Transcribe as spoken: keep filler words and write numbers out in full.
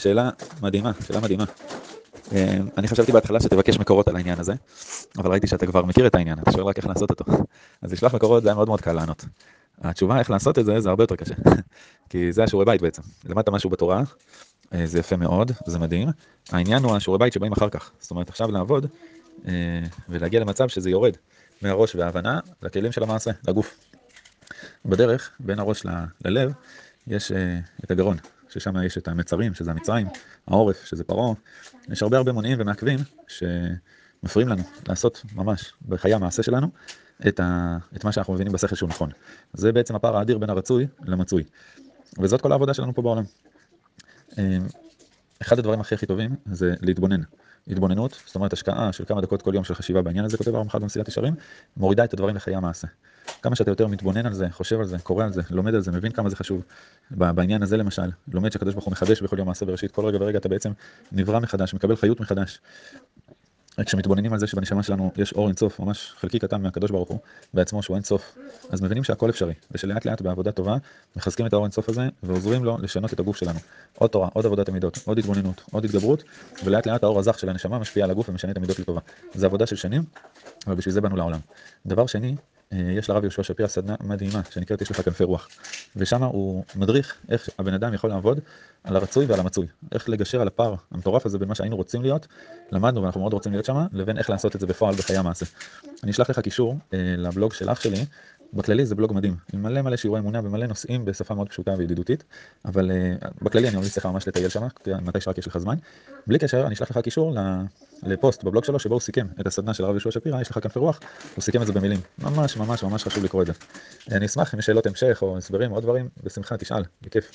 שאלה מדהימה, שאלה מדהימה. אני חשבתי בהתחלה שתבקש מקורות על העניין הזה, אבל ראיתי שאתה כבר מכיר את העניין, אתה שואל רק איך לעשות אותו. אז לשלוח מקורות זה היה מאוד מאוד קל לענות. התשובה איך לעשות את זה, זה הרבה יותר קשה. כי זה השיעורי בית בעצם. למדת משהו בתורה, זה יפה מאוד, זה מדהים. העניין הוא השיעורי בית שבאים אחר כך. זאת אומרת, עכשיו לעבוד ולהגיע למצב שזה יורד מהראש וההבנה לכלים של המעשה, לגוף. בדרך, בין הראש ל- ללב, יש את הגרון, ששם יש את המצרים, שזה המצרים, העורף, שזה פרעה. יש הרבה הרבה מונעים ומעכבים שמפריעים לנו לעשות ממש בחיי המעשה שלנו את, ה... את מה שאנחנו מבינים בשכל שהוא נכון. זה בעצם הפער האדיר בין הרצוי למצוי. וזאת כל העבודה שלנו פה בעולם. אחד הדברים הכי הכי טובים זה להתבונן. התבוננות, זאת אומרת השקעה של כמה דקות כל יום של חשיבה בעניין הזה, כותב הרב אחד במסילת ישרים, מורידה את הדברים לחיי המעשה. כמה שאתה יותר מתבונן על זה, חושב על זה, קורא על זה, לומד על זה, מבין כמה זה חשוב. בעניין הזה למשל, לומד שהקדוש ברוך הוא מחדש בכל יום מעשה בראשית, כל רגע ורגע אתה בעצם נברא מחדש, מקבל חיות מחדש. כשמתבוננים על זה שבנשמה שלנו יש אור אינסוף, ממש חלקי קטן מהקדוש ברוך הוא, בעצמו שהוא אינסוף, אז מבינים שהכל אפשרי, ושלאט לאט בעבודה טובה, מחזקים את האור אינסוף הזה, ועוזרים לו לשנות את הגוף שלנו. עוד תורה, עוד עבודת המידות, עוד התבוננות, עוד התגברות, ולאט לאט האור הזך של הנשמה משפיע על הגוף ומשנה את המידות לטובה. זה עבודה של שנים, אבל בשביל זה באנו לעולם. דבר שני, יש לרב יהושע שפירא סדנה מדהימה, שנקראת יש לך כנפי רוח. ושם הוא מדריך איך הבן אדם יכול לעבוד על הרצוי ועל המצוי. איך לגשר על הפער המטורף הזה בין מה שהיינו רוצים להיות, למדנו ואנחנו מאוד רוצים להיות שם, לבין איך לעשות את זה בפועל בחיי המעשה. אני אשלח לך קישור אה, לבלוג של אח שלי. בכללי זה בלוג מדהים, עם מלא מלא שיעורי אמונה ומלא נושאים בשפה מאוד פשוטה וידידותית, אבל אה, בכללי אני ממליץ לך ממש לטייל שם, מתי שרק יש לך זמן. בלי קשר, אני אשלח לך קישור לפוסט בבלוג שלו, שבו הוא סיכם את הסדנה של הרב יהושע שפירא, יש לך כנפי רוח, הוא סיכם את זה במילים. ממש ממש ממש חשוב לקרוא את זה. אני אשמח אם יש שאלות המשך או הסברים או עוד דברים, בשמחה תשאל, בכיף.